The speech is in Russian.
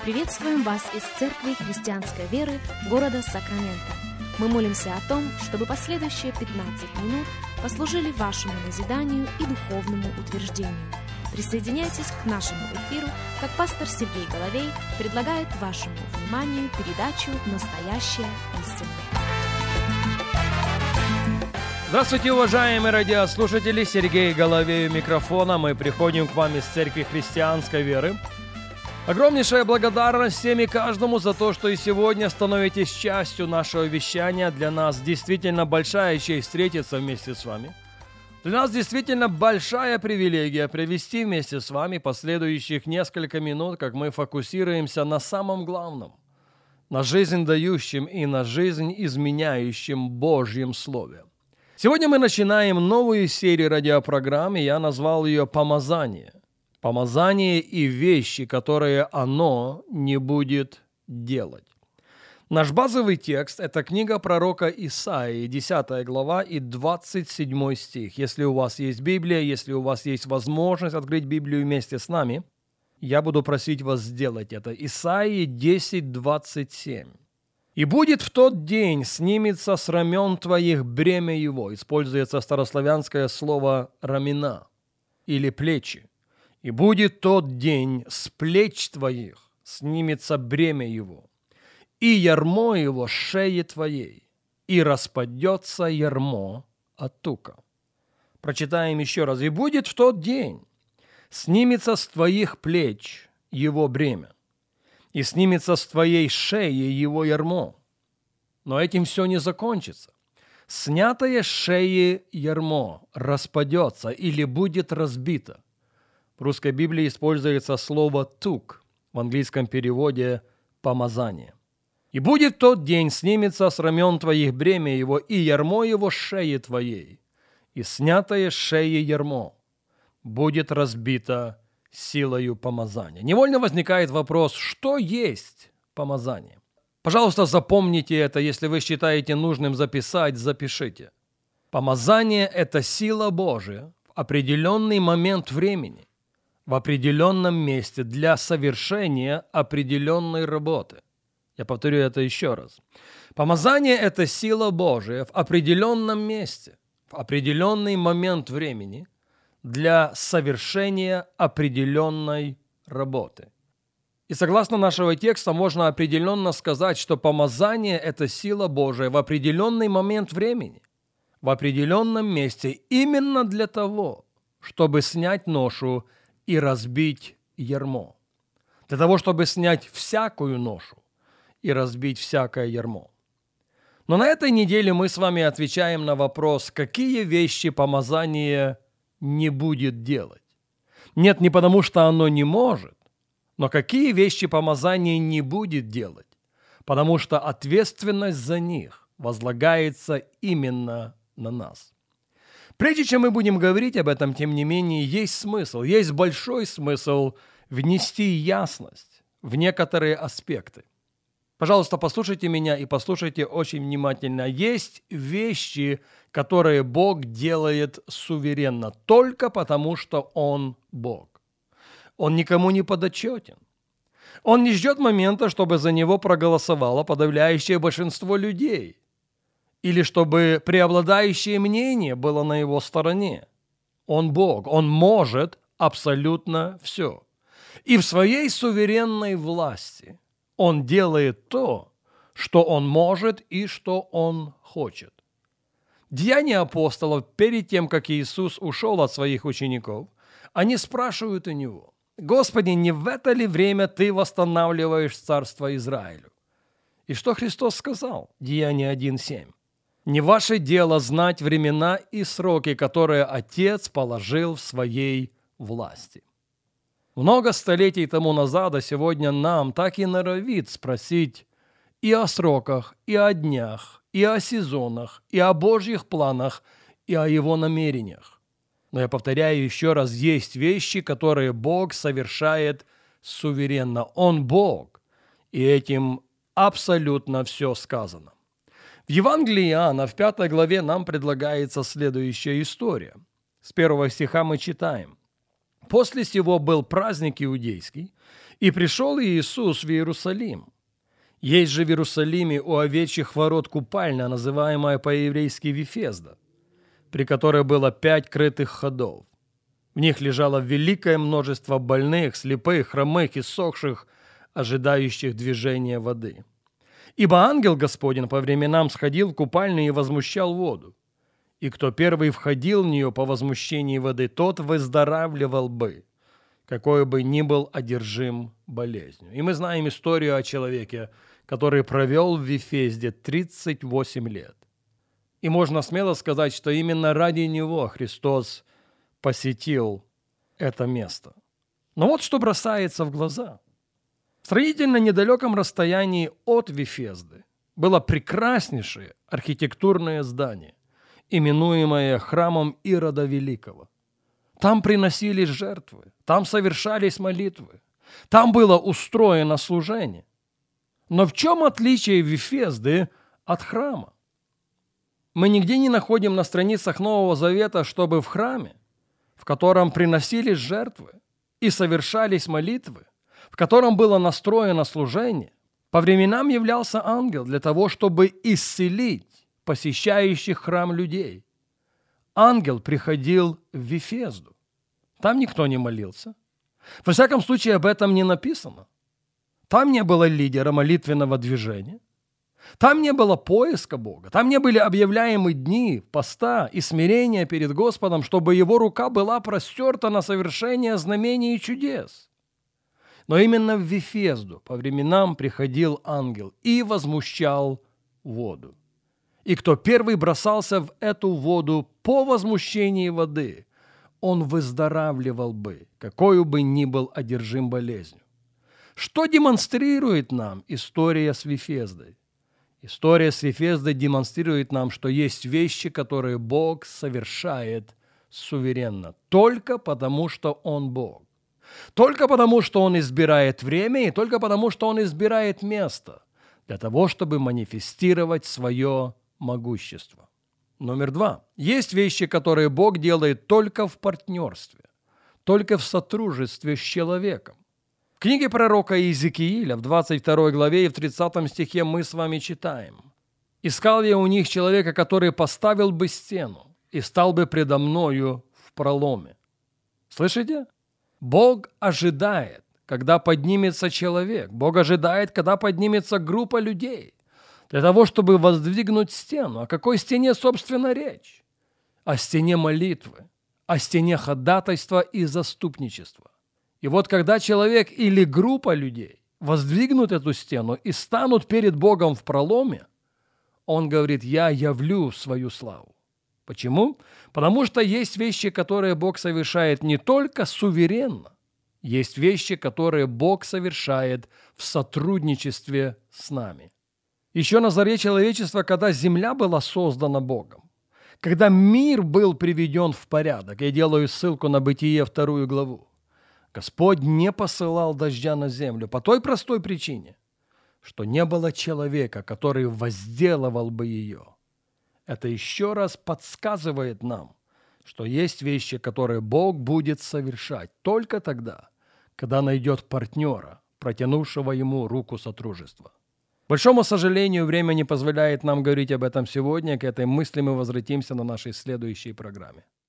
Приветствуем вас из Церкви Христианской Веры города Сакраменто. Мы молимся о том, чтобы последующие 15 минут послужили вашему назиданию и духовному утверждению. Присоединяйтесь к нашему эфиру, как пастор Сергей Головей предлагает вашему вниманию передачу «Настоящая истина». Здравствуйте, уважаемые радиослушатели! Сергей Головей у микрофона. Мы приходим к вам из Церкви Христианской Веры. Огромнейшая благодарность всем и каждому за то, что и сегодня становитесь частью нашего вещания. Для нас действительно большая честь встретиться вместе с вами. Для нас действительно большая привилегия провести вместе с вами последующих несколько минут, как мы фокусируемся на самом главном, на жизнь дающем и на жизнь изменяющем Божьем Слове. Сегодня мы начинаем новую серию радиопрограмм, и я назвал ее «Помазание». Помазание и вещи, которые оно не будет делать. Наш базовый текст – это книга пророка Исаии, 10 глава и 27 стих. Если у вас есть Библия, если у вас есть возможность открыть Библию вместе с нами, я буду просить вас сделать это. Исаии 10, 27. «И будет в тот день снимется с рамен твоих бремя его». Используется старославянское слово «рамена» или «плечи». «И будет тот день с плеч твоих снимется бремя его, и ярмо его с шеи твоей, и распадется ярмо от тука». Прочитаем еще раз. «И будет в тот день снимется с твоих плеч его бремя, и снимется с твоей шеи его ярмо». Но этим все не закончится. Снятое с шеи ярмо распадется или будет разбито. В русской Библии используется слово «тук», в английском переводе «помазание». «И будет тот день, снимется с рамен твоих бремя его, и ярмо его с шеи твоей, и снятое с шеи ярмо будет разбито силою помазания». Невольно возникает вопрос, что есть помазание? Пожалуйста, запомните это, если вы считаете нужным записать, запишите. Помазание – это сила Божия в определенный момент времени, в определенном месте для совершения определенной работы. Я повторю это еще раз. Помазание – это сила Божия в определенном месте, в определенный момент времени для совершения определенной работы. И согласно нашего текста можно определенно сказать, что помазание – это сила Божия в определенный момент времени, в определенном месте именно для того, чтобы снять ношу и разбить ярмо. Для того, чтобы снять всякую ношу и разбить всякое ярмо. Но на этой неделе мы с вами отвечаем на вопрос, какие вещи помазание не будет делать. Нет, не потому что оно не может, но какие вещи помазание не будет делать, потому что ответственность за них возлагается именно на нас. Прежде чем мы будем говорить об этом, тем не менее, есть смысл, есть большой смысл внести ясность в некоторые аспекты. Пожалуйста, послушайте меня и послушайте очень внимательно. Есть вещи, которые Бог делает суверенно, только потому, что Он Бог. Он никому не подотчетен. Он не ждет момента, чтобы за Него проголосовало подавляющее большинство людей, или чтобы преобладающее мнение было на Его стороне. Он Бог, Он может абсолютно все. И в своей суверенной власти Он делает то, что Он может и что Он хочет. Деяния апостолов, перед тем, как Иисус ушел от своих учеников, они спрашивают у Него: «Господи, не в это ли время Ты восстанавливаешь царство Израилю?» И что Христос сказал? Деяния 1:7. «Не ваше дело знать времена и сроки, которые Отец положил в своей власти». Много столетий тому назад, а сегодня нам так и норовит спросить и о сроках, и о днях, и о сезонах, и о Божьих планах, и о Его намерениях. Но я повторяю еще раз, есть вещи, которые Бог совершает суверенно. Он Бог, и этим абсолютно все сказано. В Евангелии Иоанна в 5 главе нам предлагается следующая история. С 1 стиха мы читаем: После сего был праздник иудейский, и пришел Иисус в Иерусалим. Есть же в Иерусалиме у овечьих ворот купальня, называемая по-еврейски Вифезда, при которой было 5 крытых ходов. В них лежало великое множество больных, слепых, хромых и сохших, ожидающих движения воды. Ибо ангел Господень по временам сходил в купальню и возмущал воду. И кто первый входил в нее по возмущении воды, тот выздоравливал бы, какой бы ни был одержим болезнью. И мы знаем историю о человеке, который провел в Вифезде 38 лет. И можно смело сказать, что именно ради него Христос посетил это место. Но вот что бросается в глаза. В сравнительно недалеком расстоянии от Вифезды было прекраснейшее архитектурное здание, именуемое храмом Ирода Великого. Там приносились жертвы, там совершались молитвы, там было устроено служение. Но в чем отличие Вифезды от храма? Мы нигде не находим на страницах Нового Завета, чтобы в храме, в котором приносились жертвы и совершались молитвы, в котором было настроено служение, по временам являлся ангел для того, чтобы исцелить посещающих храм людей. Ангел приходил в Вифезду. Там никто не молился. Во всяком случае, об этом не написано. Там не было лидера молитвенного движения. Там не было поиска Бога. Там не были объявляемы дни поста и смирения перед Господом, чтобы его рука была простерта на совершение знамений и чудес. Но именно в Вифезду по временам приходил ангел и возмущал воду. И кто первый бросался в эту воду по возмущении воды, он выздоравливал бы, какой бы ни был одержим болезнью. Что демонстрирует нам история с Вифездой? История с Вифездой демонстрирует нам, что есть вещи, которые Бог совершает суверенно, только потому, что Он Бог. Только потому, что Он избирает время, и только потому, что Он избирает место для того, чтобы манифестировать свое могущество. Номер 2. Есть вещи, которые Бог делает только в партнерстве, только в сотрудничестве с человеком. В книге пророка Иезекииля в 22 главе и в 30 стихе мы с вами читаем: «Искал я у них человека, который поставил бы стену и стал бы предо мною в проломе». Слышите? Бог ожидает, когда поднимется человек. Бог ожидает, когда поднимется группа людей для того, чтобы воздвигнуть стену. О какой стене, собственно, речь? О стене молитвы, о стене ходатайства и заступничества. И вот когда человек или группа людей воздвигнут эту стену и станут перед Богом в проломе, он говорит: «Я явлю свою славу». Почему? Потому что есть вещи, которые Бог совершает не только суверенно, есть вещи, которые Бог совершает в сотрудничестве с нами. Еще на заре человечества, когда земля была создана Богом, когда мир был приведен в порядок, я делаю ссылку на Бытие 2 главу, Господь не посылал дождя на землю по той простой причине, что не было человека, который возделывал бы ее. Это еще раз подсказывает нам, что есть вещи, которые Бог будет совершать только тогда, когда найдет партнера, протянувшего ему руку сотрудничества. К большому сожалению, время не позволяет нам говорить об этом сегодня. К этой мысли мы возвратимся на нашей следующей программе.